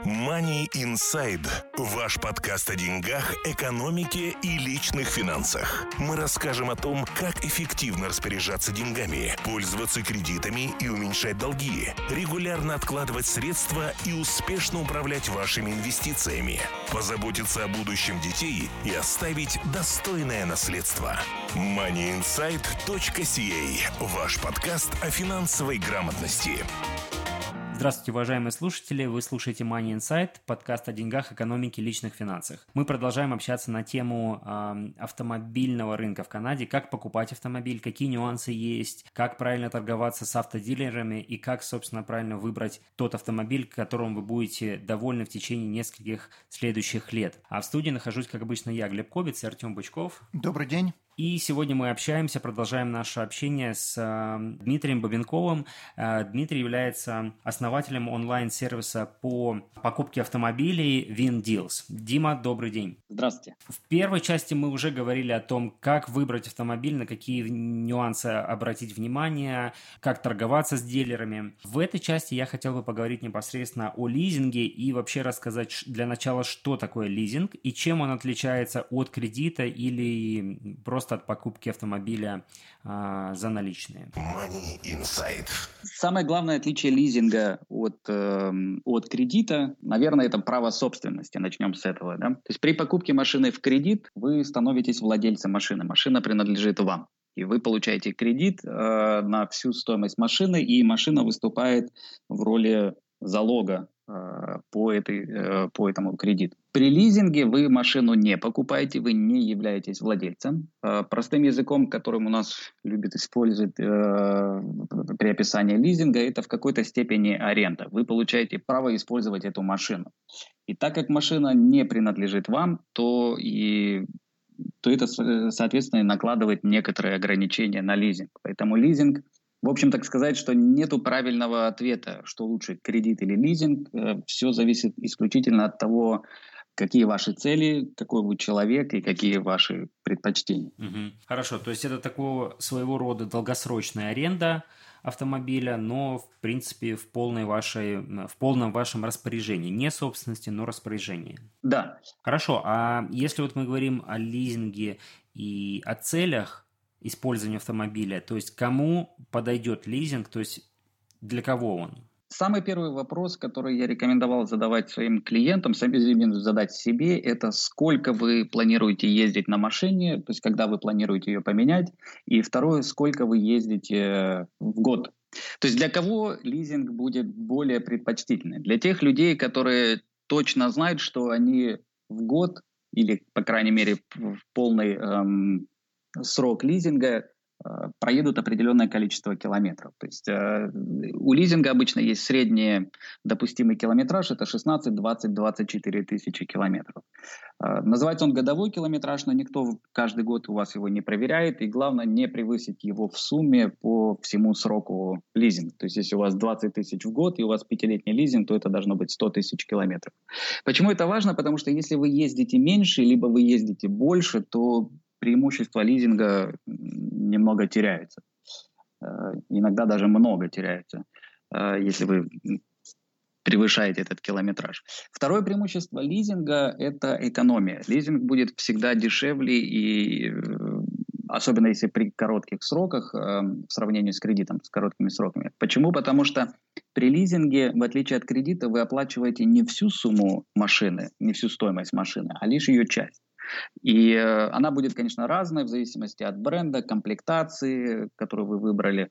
Money Inside. Ваш подкаст о деньгах, экономике и личных финансах. Мы расскажем о том, как эффективно распоряжаться деньгами, пользоваться кредитами и уменьшать долги, регулярно откладывать средства и успешно управлять вашими инвестициями, позаботиться о будущем детей и оставить достойное наследство. MoneyInside.ca. Ваш подкаст о финансовой грамотности. Здравствуйте, уважаемые слушатели! Вы слушаете Money Insight, подкаст о деньгах, экономике и личных финансах. Мы продолжаем общаться на тему автомобильного рынка в Канаде, как покупать автомобиль, какие нюансы есть, как правильно торговаться с автодилерами и как, собственно, правильно выбрать тот автомобиль, которым вы будете довольны в течение нескольких следующих лет. А в студии нахожусь, как обычно, я, Глеб Кобец и Артем Бычков. Добрый день! И сегодня мы общаемся, продолжаем наше общение с Дмитрием Бабенковым. Дмитрий является основателем онлайн-сервиса по покупке автомобилей VinDeals. Дима, добрый день. Здравствуйте. В первой части мы уже говорили о том, как выбрать автомобиль, на какие нюансы обратить внимание, как торговаться с дилерами. В этой части я хотел бы поговорить непосредственно о лизинге и вообще рассказать для начала, что такое лизинг и чем он отличается от кредита или просто от покупки автомобиля за наличные. Money Inside. Самое главное отличие лизинга от кредита, наверное, это право собственности. Начнем с этого. Да? То есть при покупке машины в кредит вы становитесь владельцем машины. Машина принадлежит вам. И вы получаете кредит на всю стоимость машины, и машина выступает в роли залога по этому кредиту. При лизинге вы машину не покупаете, вы не являетесь владельцем. Простым языком, которым у нас любят использовать при описании лизинга, это в какой-то степени аренда. Вы получаете право использовать эту машину. И так как машина не принадлежит вам, то это, соответственно, накладывает некоторые ограничения на лизинг. Поэтому лизинг, в общем, так сказать, что нету правильного ответа, что лучше, кредит или лизинг. Все зависит исключительно от того, какие ваши цели, какой вы человек и какие ваши предпочтения. Хорошо, то есть это такого своего рода долгосрочная аренда автомобиля, но в принципе в полном вашем распоряжении. Не собственности, но распоряжении. Да. Хорошо, а если вот мы говорим о лизинге и о целях использования автомобиля, то есть кому подойдет лизинг, то есть для кого он? Самый первый вопрос, который я рекомендовал задавать своим клиентам, задать себе, это сколько вы планируете ездить на машине, то есть когда вы планируете ее поменять, и второе, сколько вы ездите в год. То есть для кого лизинг будет более предпочтительный? Для тех людей, которые точно знают, что они в год или, по крайней мере, в полный срок лизинга проедут определенное количество километров. То есть у лизинга обычно есть средний допустимый километраж, это 16, 20, 24 тысячи километров. Называется он годовой километраж, но никто каждый год у вас его не проверяет, и главное не превысить его в сумме по всему сроку лизинга. То есть если у вас 20 тысяч в год и у вас 5-летний лизинг, то это должно быть 100 тысяч километров. Почему это важно? Потому что если вы ездите меньше, либо вы ездите больше, то преимущества лизинга немного теряются. Иногда даже много теряются, если вы превышаете этот километраж. Второе преимущество лизинга – это экономия. Лизинг будет всегда дешевле, и особенно если при коротких сроках, в сравнении с кредитом, с короткими сроками. Почему? Потому что при лизинге, в отличие от кредита, вы оплачиваете не всю сумму машины, не всю стоимость машины, а лишь ее часть. И она будет, конечно, разная в зависимости от бренда, комплектации, которую вы выбрали.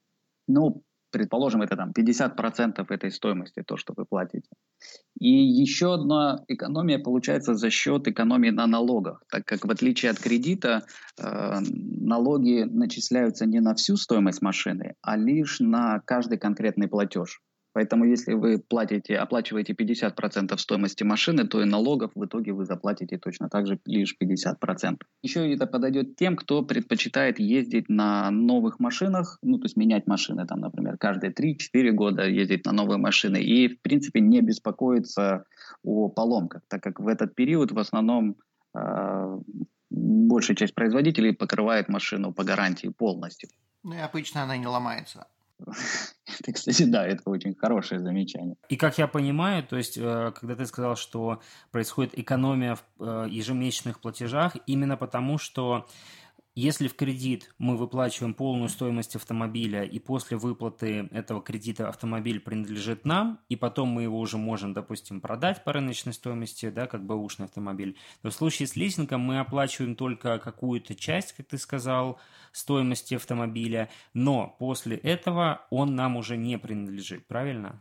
Ну, предположим, это там 50% этой стоимости, то, что вы платите. И еще одна экономия получается за счет экономии на налогах, так как в отличие от кредита налоги начисляются не на всю стоимость машины, а лишь на каждый конкретный платеж. Поэтому если вы оплачиваете 50% стоимости машины, то и налогов в итоге вы заплатите точно так же лишь 50%. Еще это подойдет тем, кто предпочитает ездить на новых машинах, то есть менять машины, там, например, каждые 3-4 года ездить на новые машины и, в принципе, не беспокоиться о поломках, так как в этот период в основном большая часть производителей покрывает машину по гарантии полностью. И обычно она не ломается. Это, кстати, да, это очень хорошее замечание. И как я понимаю, то есть, когда ты сказал, что происходит экономия в ежемесячных платежах, именно потому, что если в кредит мы выплачиваем полную стоимость автомобиля, и после выплаты этого кредита автомобиль принадлежит нам, и потом мы его уже можем, допустим, продать по рыночной стоимости, да, как бэушный автомобиль, то в случае с лизингом мы оплачиваем только какую-то часть, как ты сказал, стоимости автомобиля, но после этого он нам уже не принадлежит, правильно?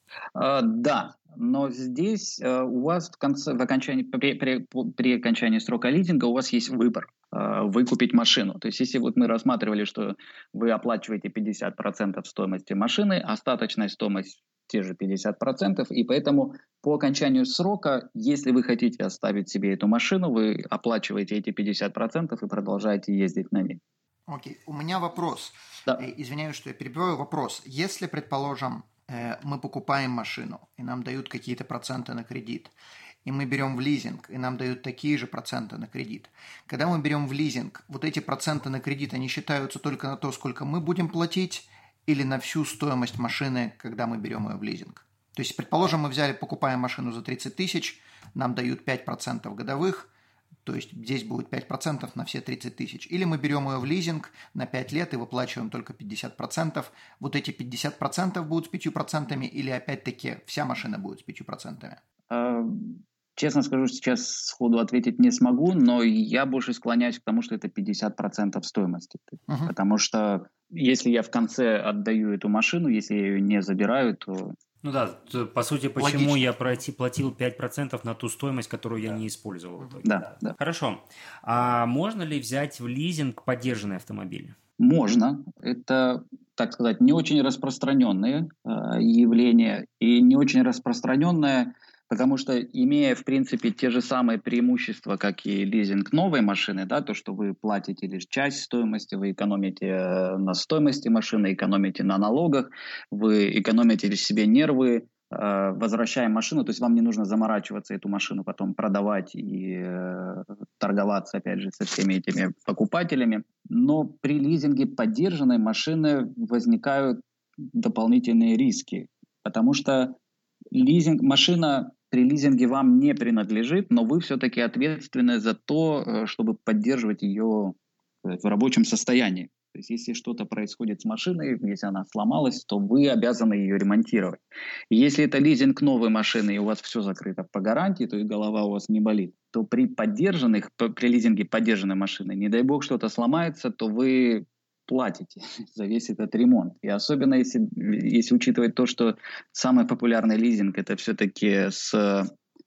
Да, но здесь у вас в окончании, при окончании срока лизинга у вас есть выбор выкупить машину. То есть если вот мы рассматривали, что вы оплачиваете 50% стоимости машины, остаточная стоимость те же 50%, и поэтому по окончанию срока, если вы хотите оставить себе эту машину, вы оплачиваете эти 50% и продолжаете ездить на ней. Окей, у меня вопрос. Да. Извиняюсь, что я перебиваю. Вопрос. Если, предположим, мы покупаем машину, и нам дают какие-то проценты на кредит, и мы берем в лизинг, и нам дают такие же проценты на кредит. Когда мы берем в лизинг, вот эти проценты на кредит, они считаются только на то, сколько мы будем платить, или на всю стоимость машины, когда мы берем ее в лизинг? То есть, предположим, мы покупаем машину за 30 тысяч, нам дают 5% годовых, то есть здесь будет 5% на все 30 тысяч. Или мы берем ее в лизинг на 5 лет и выплачиваем только 50%. Вот эти 50% будут с 5%, или опять-таки вся машина будет с 5%? Честно скажу, сейчас сходу ответить не смогу, но я больше склоняюсь к тому, что это 50% стоимости. Потому что если я в конце отдаю эту машину, если я ее не забираю, то... Ну да, по сути, почему я платил 5% на ту стоимость, которую я не использовал. Да. Хорошо. А можно ли взять в лизинг подержанный автомобиль? Можно. Это, так сказать, не очень распространенное явление и не очень распространенное, потому что, имея, в принципе, те же самые преимущества, как и лизинг новой машины, да, то, что вы платите лишь часть стоимости, вы экономите на стоимости машины, экономите на налогах, вы экономите себе нервы, возвращая машину, то есть вам не нужно заморачиваться эту машину, потом продавать и торговаться, опять же, со всеми этими покупателями. Но при лизинге подержанной машины возникают дополнительные риски, потому что машина при лизинге вам не принадлежит, но вы все-таки ответственны за то, чтобы поддерживать ее в рабочем состоянии. То есть если что-то происходит с машиной, если она сломалась, то вы обязаны ее ремонтировать. И если это лизинг новой машины, и у вас все закрыто по гарантии, то и голова у вас не болит, то при лизинге поддержанной машины, не дай бог что-то сломается, то вы платите за весь этот ремонт. И особенно если учитывать то, что самый популярный лизинг это все-таки с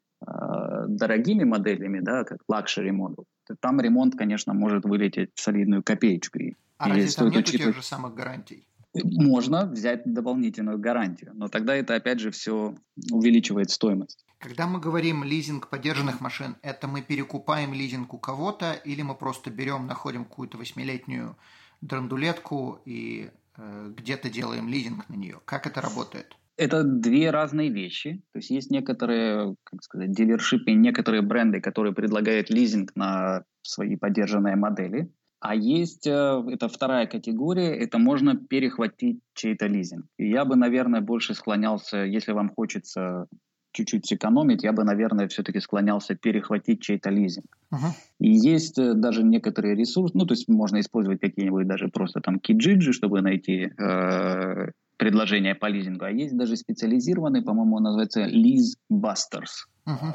дорогими моделями, да, как luxury model, то там ремонт, конечно, может вылететь в солидную копеечку. А разве там нет тех же самых гарантий? Можно взять дополнительную гарантию, но тогда это опять же все увеличивает стоимость. Когда мы говорим лизинг подержанных машин, это мы перекупаем лизинг у кого-то, или мы просто берем, находим какую-то 8-летнюю драндулетку и где-то делаем лизинг на нее? Как это работает? Это две разные вещи. То есть есть некоторые, как сказать, дилершипы, некоторые бренды, которые предлагают лизинг на свои подержанные модели. А есть, это вторая категория, это можно перехватить чей-то лизинг. И я бы, наверное, больше склонялся, если вам хочется чуть-чуть сэкономить, я бы, наверное, все-таки склонялся перехватить чей-то лизинг. И есть даже некоторые ресурсы, то есть можно использовать какие-нибудь даже просто там Kijiji, чтобы найти предложение по лизингу. А есть даже специализированный, по-моему, он называется LeaseBusters.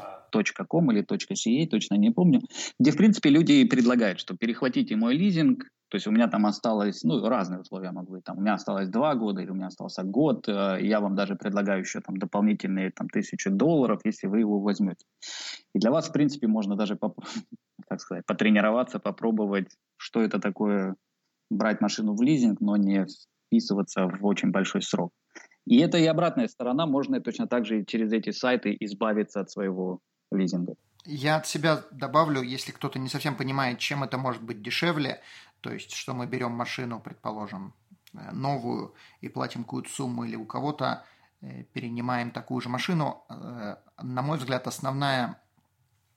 .com или .ca, точно не помню, где, в принципе, люди предлагают, что перехватите мой лизинг, то есть у меня там осталось, разные условия могут быть, там у меня осталось 2 года или у меня остался год, я вам даже предлагаю еще там дополнительные $1000, если вы его возьмете. И для вас, в принципе, можно даже, так сказать, потренироваться, попробовать, что это такое брать машину в лизинг, но не вписываться в очень большой срок. И это и обратная сторона, можно точно так же через эти сайты избавиться от своего лизинга. Я от себя добавлю, если кто-то не совсем понимает, чем это может быть дешевле, то есть, что мы берем машину, предположим, новую и платим какую-то сумму, или у кого-то перенимаем такую же машину, на мой взгляд, основная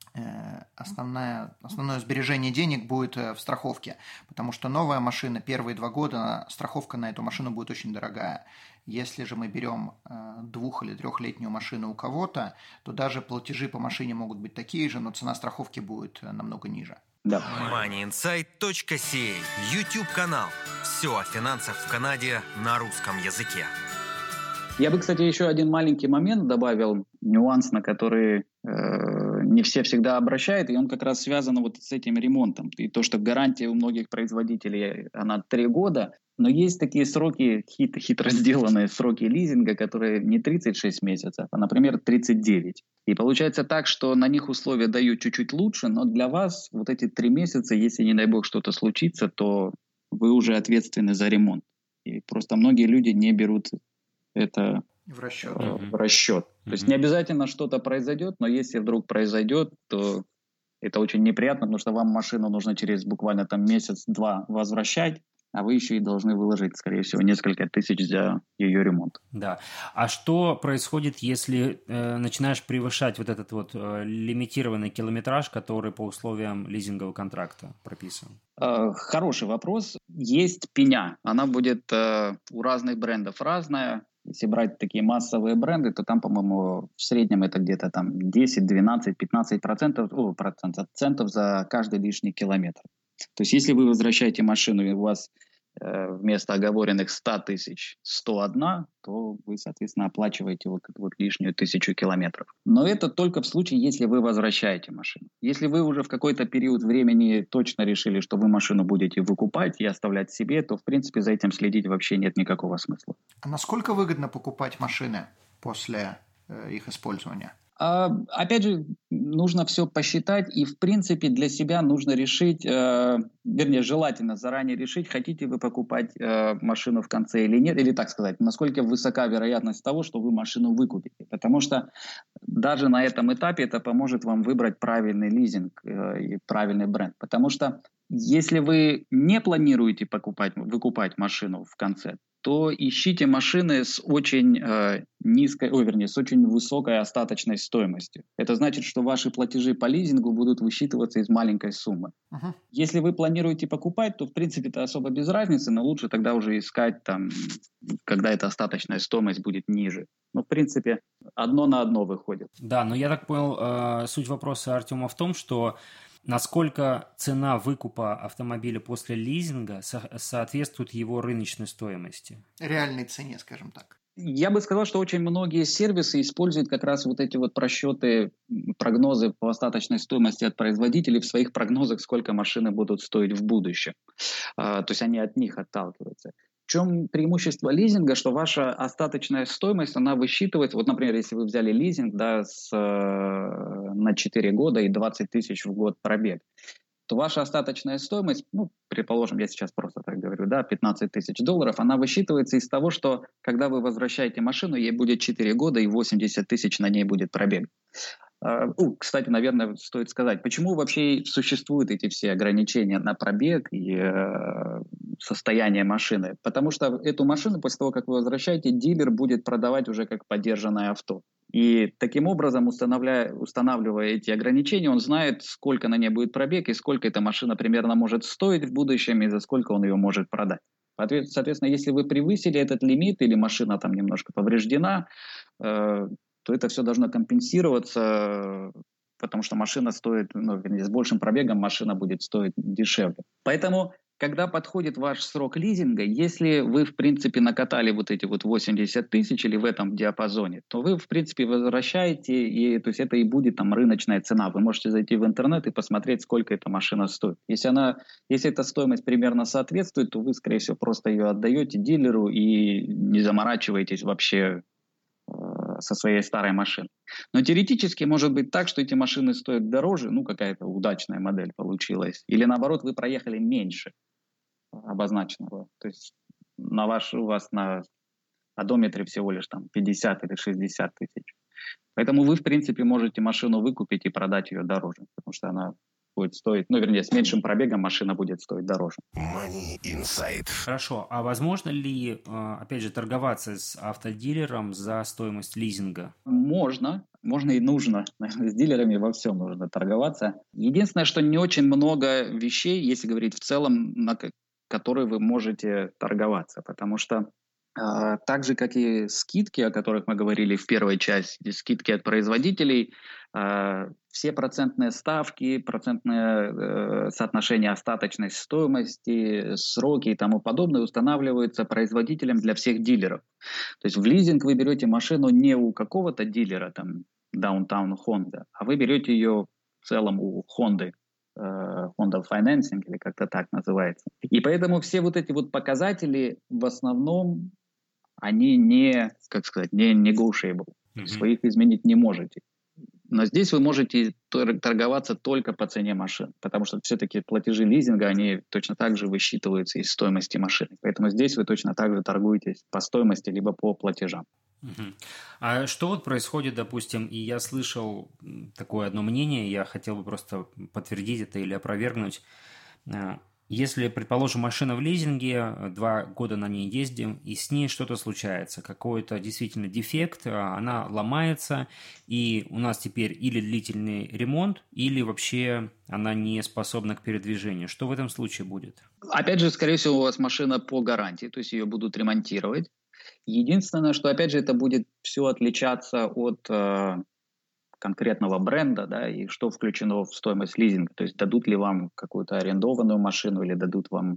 основное сбережение денег будет в страховке, потому что новая машина первые 2 года, страховка на эту машину будет очень дорогая. Если же мы берем 2- или 3-летнюю машину у кого-то, то даже платежи по машине могут быть такие же, но цена страховки будет намного ниже. Да. moneyinsight.ca YouTube-канал. Все о финансах в Канаде на русском языке. Я бы, кстати, еще один маленький момент добавил, нюанс, на который не все всегда обращают, и он как раз связан вот с этим ремонтом. И то, что гарантия у многих производителей, она 3 года, но есть такие сроки, хитро сделанные сроки лизинга, которые не 36 месяцев, а, например, 39. И получается так, что на них условия дают чуть-чуть лучше, но для вас вот эти 3 месяца, если, не дай бог, что-то случится, то вы уже ответственны за ремонт. И просто многие люди не берут это в расчет. То есть не обязательно что-то произойдет, но если вдруг произойдет, то это очень неприятно, потому что вам машину нужно через буквально там месяц-два возвращать, а вы еще и должны выложить, скорее всего, несколько тысяч за ее ремонт. Да. А что происходит, если начинаешь превышать вот этот вот лимитированный километраж, который по условиям лизингового контракта прописан? Хороший вопрос. Есть пеня. Она будет у разных брендов разная. Если брать такие массовые бренды, то там, по-моему, в среднем это где-то там 10, 12, 15% центов за каждый лишний километр. То есть если вы возвращаете машину и у вас вместо оговоренных 100 тысяч 101, то вы, соответственно, оплачиваете вот эту вот лишнюю 1000 километров. Но это только в случае, если вы возвращаете машину. Если вы уже в какой-то период времени точно решили, что вы машину будете выкупать и оставлять себе, то, в принципе, за этим следить вообще нет никакого смысла. А насколько выгодно покупать машины после их использования? Опять же, нужно все посчитать, и, в принципе, для себя нужно решить, вернее, желательно заранее решить, хотите вы покупать машину в конце или нет, или так сказать, насколько высока вероятность того, что вы машину выкупите. Потому что даже на этом этапе это поможет вам выбрать правильный лизинг и правильный бренд. Потому что если вы не планируете выкупать машину в конце, то ищите машины с очень с очень высокой остаточной стоимостью. Это значит, что ваши платежи по лизингу будут высчитываться из маленькой суммы. Если вы планируете покупать, то, в принципе, это особо без разницы, но лучше тогда уже искать, там, когда эта остаточная стоимость будет ниже. Ну, в принципе, одно на одно выходит. Да, но я так понял, суть вопроса Артема в том, что насколько цена выкупа автомобиля после лизинга соответствует его рыночной стоимости? Реальной цене, скажем так. Я бы сказал, что очень многие сервисы используют как раз вот эти вот просчеты, прогнозы по остаточной стоимости от производителей в своих прогнозах, сколько машины будут стоить в будущем. То есть они от них отталкиваются. В чем преимущество лизинга, что ваша остаточная стоимость, она высчитывается, вот, например, если вы взяли лизинг на 4 года и 20 тысяч в год пробег, то ваша остаточная стоимость, ну, предположим, я сейчас просто так говорю, да, $15 тысяч, она высчитывается из того, что когда вы возвращаете машину, ей будет 4 года и 80 тысяч на ней будет пробег. Кстати, наверное, стоит сказать, почему вообще существуют эти все ограничения на пробег и состояние машины? Потому что эту машину после того, как вы возвращаете, дилер будет продавать уже как подержанное авто. И таким образом, устанавливая эти ограничения, он знает, сколько на ней будет пробег и сколько эта машина примерно может стоить в будущем и за сколько он ее может продать. Соответственно, если вы превысили этот лимит или машина там немножко повреждена, то это все должно компенсироваться, потому что машина стоит, с большим пробегом машина будет стоить дешевле. Поэтому, когда подходит ваш срок лизинга, если вы, в принципе, накатали вот эти вот 80 тысяч или в этом диапазоне, то вы, в принципе, возвращаете, и то есть это и будет там рыночная цена. Вы можете зайти в интернет и посмотреть, сколько эта машина стоит. Если эта стоимость примерно соответствует, то вы, скорее всего, просто ее отдаете дилеру и не заморачиваетесь вообще со своей старой машиной. Но теоретически может быть так, что эти машины стоят дороже, какая-то удачная модель получилась, или наоборот вы проехали меньше обозначенного. То есть у вас на одометре всего лишь там 50 или 60 тысяч. Поэтому вы, в принципе, можете машину выкупить и продать ее дороже, потому что она будет стоить, с меньшим пробегом машина будет стоить дороже. Money Insight. Хорошо, а возможно ли, опять же, торговаться с автодилером за стоимость лизинга? Можно и нужно. С дилерами во всем нужно торговаться. Единственное, что не очень много вещей, если говорить в целом, на которые вы можете торговаться, потому что так же, как и скидки, о которых мы говорили в первой части, скидки от производителей, все процентные ставки, процентное соотношение остаточной стоимости, сроки и тому подобное устанавливаются производителем для всех дилеров. То есть в лизинг вы берете машину не у какого-то дилера, там, Downtown Honda, а вы берете ее в целом у Honda. Honda Financing, или как-то так называется. И поэтому все вот эти вот показатели в основном они не negotiable. То есть вы их изменить не можете. Но здесь вы можете торговаться только по цене машин, потому что все-таки платежи лизинга, они точно так же высчитываются из стоимости машины. Поэтому здесь вы точно так же торгуетесь по стоимости либо по платежам. А что вот происходит, допустим, и я слышал такое одно мнение, я хотел бы просто подтвердить это или опровергнуть. Если, предположим, машина в лизинге, 2 года на ней ездим, и с ней что-то случается, какой-то действительно дефект, она ломается, и у нас теперь или длительный ремонт, или вообще она не способна к передвижению. Что в этом случае будет? Опять же, скорее всего, у вас машина по гарантии, то есть ее будут ремонтировать. Единственное, что, опять же, это будет все отличаться от конкретного бренда, да, и что включено в стоимость лизинга. То есть дадут ли вам какую-то арендованную машину или дадут вам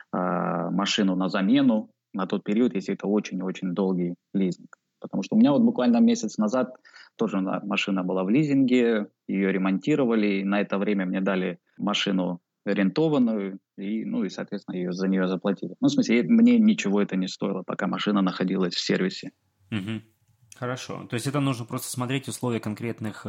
машину на замену на тот период, если это очень-очень долгий лизинг. Потому что у меня вот буквально месяц назад тоже машина была в лизинге, ее ремонтировали, и на это время мне дали машину арендованную, и, соответственно, за нее заплатили. В смысле, мне ничего это не стоило, пока машина находилась в сервисе. Угу. Хорошо. То есть это нужно просто смотреть условия конкретных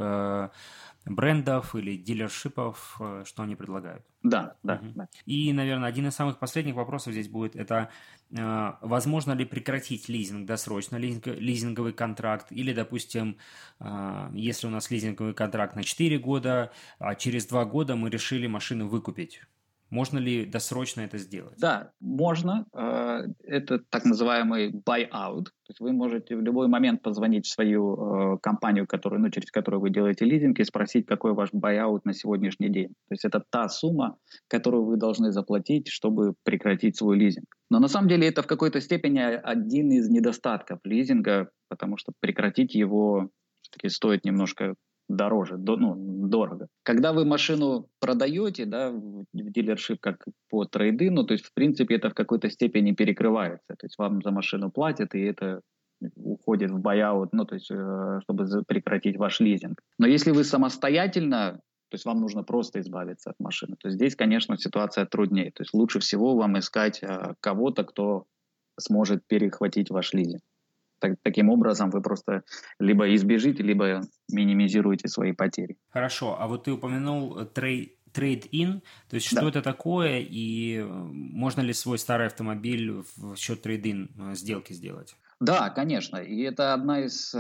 брендов или дилершипов, что они предлагают. Да. И, наверное, один из самых последних вопросов здесь будет, это возможно ли прекратить лизинг досрочно, лизинговый контракт, или, допустим, если у нас лизинговый контракт на 4 года, а через 2 года мы решили машину выкупить. Можно ли досрочно это сделать? Да, можно. Это так называемый buyout. То есть вы можете в любой момент позвонить в свою компанию, через которую вы делаете лизинг, и спросить, какой ваш buyout на сегодняшний день. То есть это та сумма, которую вы должны заплатить, чтобы прекратить свой лизинг. Но на самом деле это в какой-то степени один из недостатков лизинга, потому что прекратить его все-таки стоит немножко дороже, дорого. Когда вы машину продаете, да, в дилершип как по трейд-ину, то есть, в принципе, это в какой-то степени перекрывается. То есть, вам за машину платят, и это уходит в buyout, то есть, чтобы прекратить ваш лизинг. Но если вы самостоятельно, то есть, вам нужно просто избавиться от машины, то здесь, конечно, ситуация труднее. То есть, лучше всего вам искать кого-то, кто сможет перехватить ваш лизинг. Таким образом, вы просто либо избежите, либо минимизируете свои потери. Хорошо. А вот ты упомянул трейд-ин, то есть что это такое, и можно ли свой старый автомобиль в счет трейд-ин сделки сделать? Да, конечно. И это одна из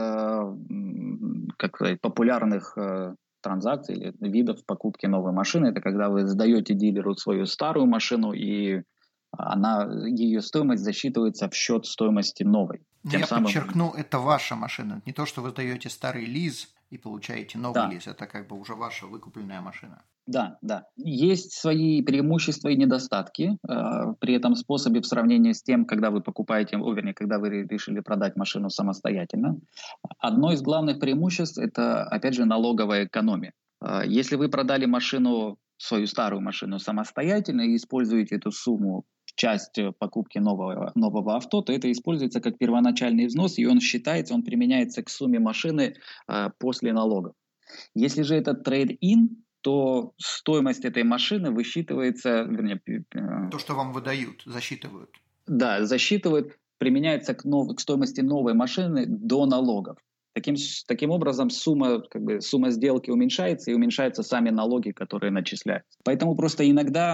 популярных транзакций или видов покупки новой машины. Это когда вы сдаете дилеру свою старую машину, и ее стоимость засчитывается в счет стоимости новой. Подчеркну, это ваша машина. Не то, что вы даете старый лиз и получаете новый лиз. Это уже ваша выкупленная машина. Да. Есть свои преимущества и недостатки при этом способе в сравнении с тем, когда вы когда вы решили продать машину самостоятельно. Одно из главных преимуществ – это, опять же, налоговая экономия. Если вы продали свою старую машину самостоятельно и используете эту сумму в часть покупки нового авто, то это используется как первоначальный взнос, и он применяется к сумме машины после налогов. Если же это трейд-ин, то стоимость этой машины высчитывается, то, что вам выдают, засчитывают. Да, засчитывают, применяется к стоимости новой машины до налогов. Таким образом, сумма сделки уменьшается, и уменьшаются сами налоги, которые начисляются. Поэтому просто иногда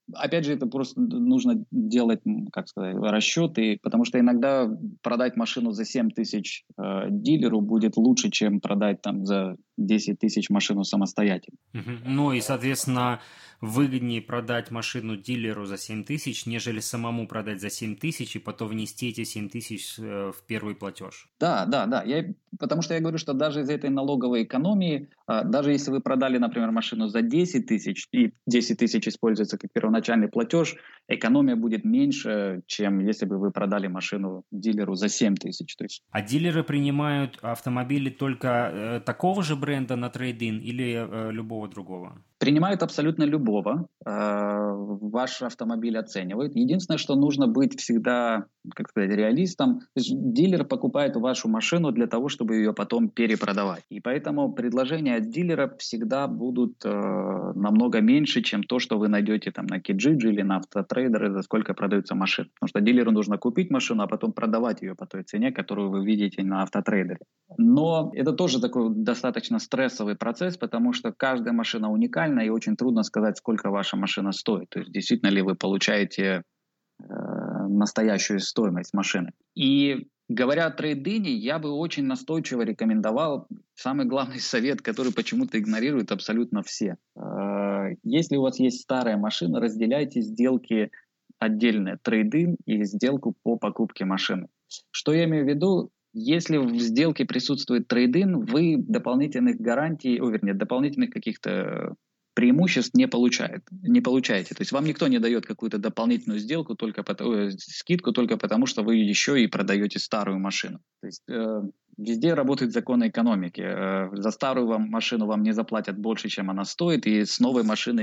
опять же, это просто нужно делать, как сказать, расчеты, потому что иногда продать машину за 7 тысяч дилеру будет лучше, чем продать там за 10 тысяч машину самостоятельно. Ну и, соответственно, выгоднее продать машину дилеру за 7 тысяч, нежели самому продать за 7 тысяч и потом внести эти 7 тысяч в первый платеж. Да. Потому что я говорю, что даже из этой налоговой экономии, даже если вы продали, например, машину за 10 тысяч, и 10 тысяч используется как первоначальный платеж, экономия будет меньше, чем если бы вы продали машину дилеру за 7 тысяч. А дилеры принимают автомобили только такого же бренда на трейд-ин или любого другого? Принимают абсолютно любого. Ваш автомобиль оценивают. Единственное, что нужно быть всегда, как сказать, реалистом. То есть дилер покупает вашу машину для того, чтобы ее потом перепродавать. И поэтому предложения от дилера всегда будут намного меньше, чем то, что вы найдете там на Kijiji или на Автотрейдере, за сколько продаются машины. Потому что дилеру нужно купить машину, а потом продавать ее по той цене, которую вы видите на Автотрейдере. Но это тоже такой достаточно стрессовый процесс, потому что каждая машина уникальна, и очень трудно сказать, сколько ваша машина стоит. То есть действительно ли вы получаете настоящую стоимость машины. И говоря о трейд-ине, я бы очень настойчиво рекомендовал самый главный совет, который почему-то игнорируют абсолютно все. Если у вас есть старая машина, разделяйте сделки отдельные, трейд-ин и сделку по покупке машины. Что я имею в виду? Если в сделке присутствует трейд-ин, вы дополнительных гарантий, дополнительных каких-то преимуществ не получаете. То есть вам никто не дает какую-то дополнительную сделку, скидку только потому, что вы еще и продаете старую машину. То есть везде работают законы экономики. За старую машину вам не заплатят больше, чем она стоит, и с новой машины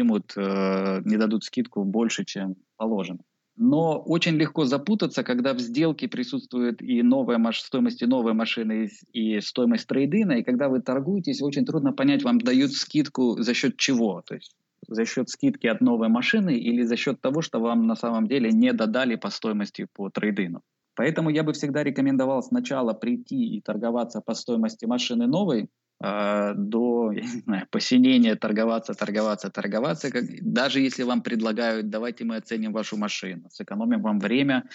не дадут скидку больше, чем положено. Но очень легко запутаться, когда в сделке присутствует и стоимость новой машины, и стоимость трейд-ина, и когда вы торгуетесь, очень трудно понять, вам дают скидку за счет чего. То есть за счет скидки от новой машины или за счет того, что вам на самом деле не додали по стоимости по трейд-ину. Поэтому я бы всегда рекомендовал сначала прийти и торговаться по стоимости машины новой, до, я не знаю, посинения торговаться. Даже если вам предлагают, давайте мы оценим вашу машину, сэкономим вам время,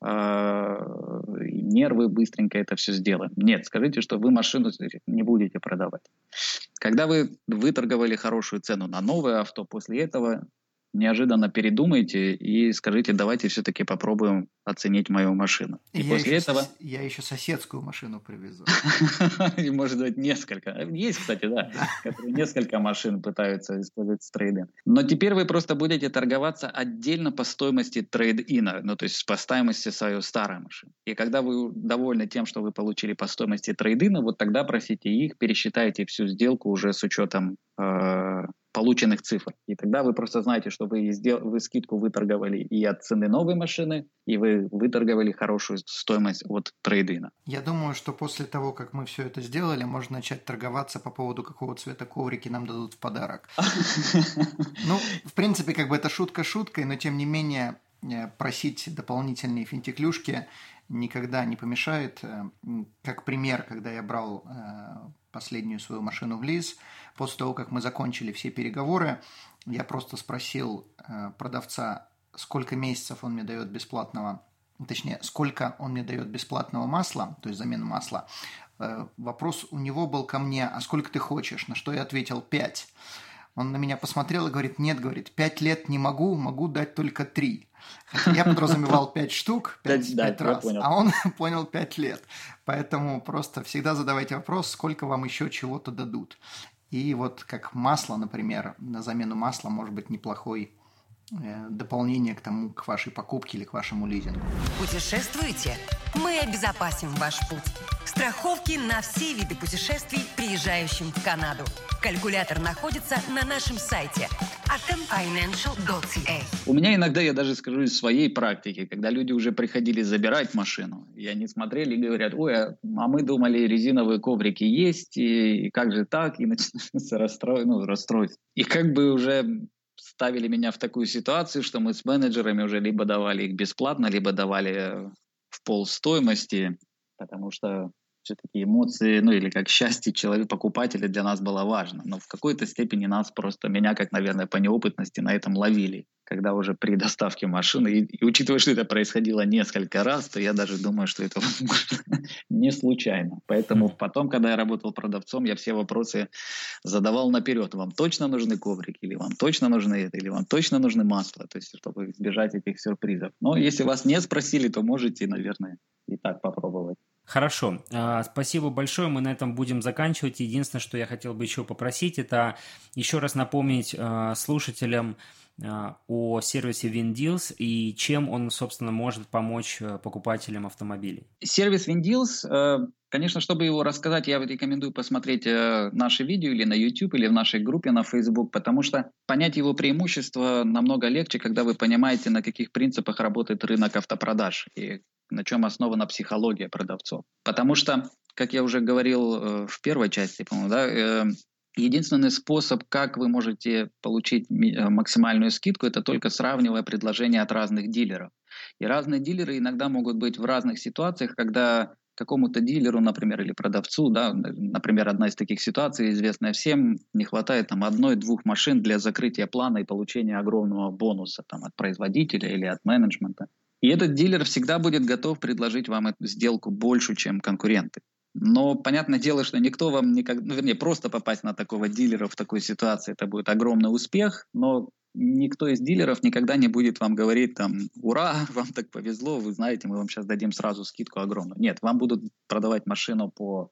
нервы, быстренько это все сделаем. Нет, скажите, что вы машину не будете продавать. Когда вы выторговали хорошую цену на новое авто, после этого неожиданно передумайте и скажите, давайте все-таки попробуем оценить мою машину. И после этого... Я еще соседскую машину привезу. И может быть несколько. Есть, кстати, да, которые несколько машин пытаются использовать с трейд-ин. Но теперь вы просто будете торговаться отдельно по стоимости трейд-ина, то есть по стоимости своей старой машины. И когда вы довольны тем, что вы получили по стоимости трейд-ина, вот тогда просите их, пересчитайте всю сделку уже с учетом полученных цифр. И тогда вы просто знаете, что вы скидку выторговали и от цены новой машины, и вы выторговали хорошую стоимость от трейд-ина. Я думаю, что после того, как мы все это сделали, можно начать торговаться по поводу, какого цвета коврики нам дадут в подарок. Ну, в принципе, как бы это шутка шуткой, но тем не менее просить дополнительные финтифлюшки никогда не помешает. Как пример, когда я брал последнюю свою машину в лиз, после того, как мы закончили все переговоры, я просто спросил продавца, сколько месяцев он мне дает бесплатного, точнее, сколько он мне дает бесплатного масла, то есть замену масла. Вопрос у него был ко мне, а сколько ты хочешь? На что я ответил 5. Он на меня посмотрел и говорит, нет, 5 лет не могу дать только 3. Хотя я подразумевал 5 штук, 5 раз, а он понял 5 лет. Поэтому просто всегда задавайте вопрос, сколько вам еще чего-то дадут. И вот как масло, например, на замену масла может быть неплохой дополнение к вашей покупке или к вашему лизингу. Путешествуете? Мы обезопасим ваш путь. Страховки на все виды путешествий, приезжающим в Канаду. Калькулятор находится на нашем сайте atomfinancial.ca. У меня иногда, я даже скажу из своей практики, когда люди уже приходили забирать машину, и они смотрели и говорят, ой, а мы думали, резиновые коврики есть, и как же так? И начинается расстройство. И как бы уже ставили меня в такую ситуацию, что мы с менеджерами уже либо давали их бесплатно, либо давали в полстоимости, потому что все-таки эмоции, ну или как счастье человека, покупателя для нас было важно. Но в какой-то степени меня, как, наверное, по неопытности на этом ловили. Когда уже при доставке машины, и учитывая, что это происходило несколько раз, то я даже думаю, что это не случайно. Поэтому потом, когда я работал продавцом, я все вопросы задавал наперед. Вам точно нужны коврики? Или вам точно нужны это? Или вам точно нужны масла? То есть, чтобы избежать этих сюрпризов. Но если вас не спросили, то можете, наверное, и так попробовать. Хорошо, спасибо большое, мы на этом будем заканчивать. Единственное, что я хотел бы еще попросить, это еще раз напомнить слушателям о сервисе WinDeals и чем он, собственно, может помочь покупателям автомобилей. Сервис WinDeals, конечно, чтобы его рассказать, я рекомендую посмотреть наши видео или на YouTube, или в нашей группе на Facebook, потому что понять его преимущества намного легче, когда вы понимаете, на каких принципах работает рынок автопродаж и на чем основана психология продавцов. Потому что, как я уже говорил в первой части, по-моему, единственный способ, как вы можете получить максимальную скидку, это только сравнивая предложения от разных дилеров. И разные дилеры иногда могут быть в разных ситуациях, когда какому-то дилеру, например, или продавцу, например, одна из таких ситуаций, известная всем, не хватает одной-двух машин для закрытия плана и получения огромного бонуса от производителя или от менеджмента. И этот дилер всегда будет готов предложить вам эту сделку больше, чем конкуренты. Но понятное дело, что никто вам просто попасть на такого дилера в такой ситуации, это будет огромный успех, но никто из дилеров никогда не будет вам говорить ура, вам так повезло, вы знаете, мы вам сейчас дадим сразу скидку огромную. Нет, вам будут продавать машину по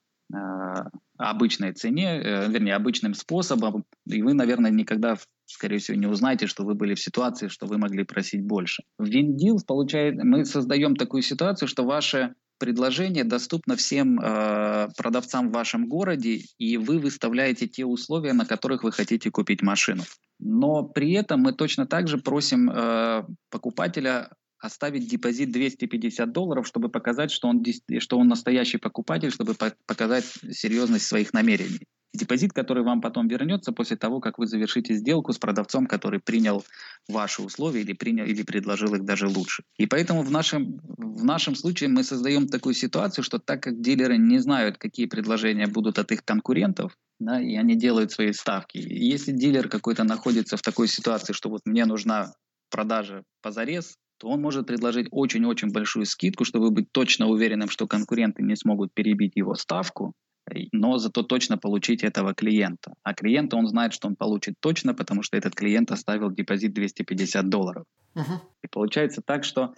обычной цене, обычным способом, и вы, наверное, никогда, скорее всего, не узнаете, что вы были в ситуации, что вы могли просить больше. В WinDeals, мы создаем такую ситуацию, что ваше предложение доступно всем продавцам в вашем городе, и вы выставляете те условия, на которых вы хотите купить машину. Но при этом мы точно так же просим покупателя оставить депозит $250, чтобы показать, что он настоящий покупатель, чтобы показать серьезность своих намерений. Депозит, который вам потом вернется после того, как вы завершите сделку с продавцом, который принял ваши условия или предложил их даже лучше. И поэтому в нашем случае мы создаем такую ситуацию, что так как дилеры не знают, какие предложения будут от их конкурентов, и они делают свои ставки. И если дилер какой-то находится в такой ситуации, что мне нужна продажа позарез, то он может предложить очень-очень большую скидку, чтобы быть точно уверенным, что конкуренты не смогут перебить его ставку, но зато точно получить этого клиента. А клиента он знает, что он получит точно, потому что этот клиент оставил депозит $250. И получается так, что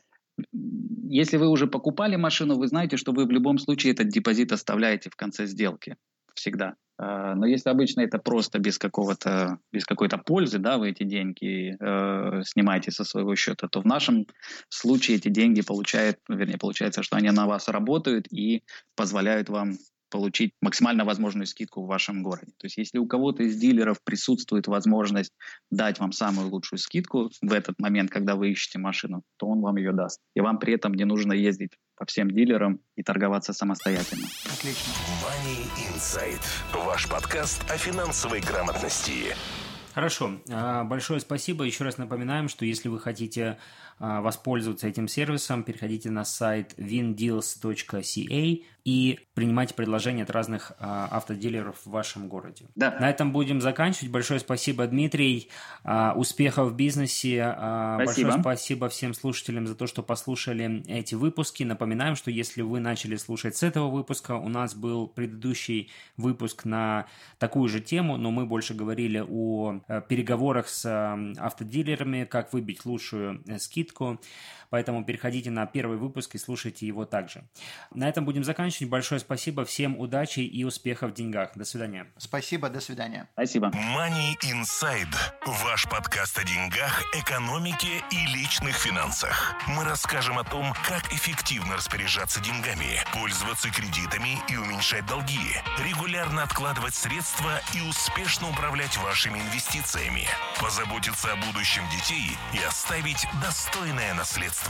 если вы уже покупали машину, вы знаете, что вы в любом случае этот депозит оставляете в конце сделки. Всегда. Но если обычно это просто без какой-то пользы, вы эти деньги снимаете со своего счета, то в нашем случае эти деньги получается, что они на вас работают и позволяют вам получить максимально возможную скидку в вашем городе. То есть если у кого-то из дилеров присутствует возможность дать вам самую лучшую скидку в этот момент, когда вы ищете машину, то он вам ее даст. И вам при этом не нужно ездить по всем дилерам и торговаться самостоятельно. Отлично. Money Insight. Ваш подкаст о финансовой грамотности. Хорошо. Большое спасибо. Еще раз напоминаем, что если вы хотите воспользоваться этим сервисом, переходите на сайт windeals.ca и принимайте предложения от разных автодилеров в вашем городе. Да. На этом будем заканчивать. Большое спасибо, Дмитрий. Успехов в бизнесе. Спасибо. Большое спасибо всем слушателям за то, что послушали эти выпуски. Напоминаем, что если вы начали слушать с этого выпуска, у нас был предыдущий выпуск на такую же тему, но мы больше говорили о переговорах с автодилерами, как выбить лучшую скидку. Поэтому переходите на первый выпуск и слушайте его также. На этом будем заканчивать. Большое спасибо. Всем удачи и успехов в деньгах. До свидания. Спасибо, до свидания. Спасибо. Money Inside. Ваш подкаст о деньгах, экономике и личных финансах. Мы расскажем о том, как эффективно распоряжаться деньгами, пользоваться кредитами и уменьшать долги, регулярно откладывать средства и успешно управлять вашими инвестициями, позаботиться о будущем детей и оставить достойное наследство.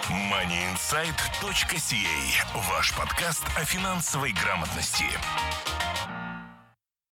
moneyinsight.ca. Ваш подкаст о финансовой грамотности.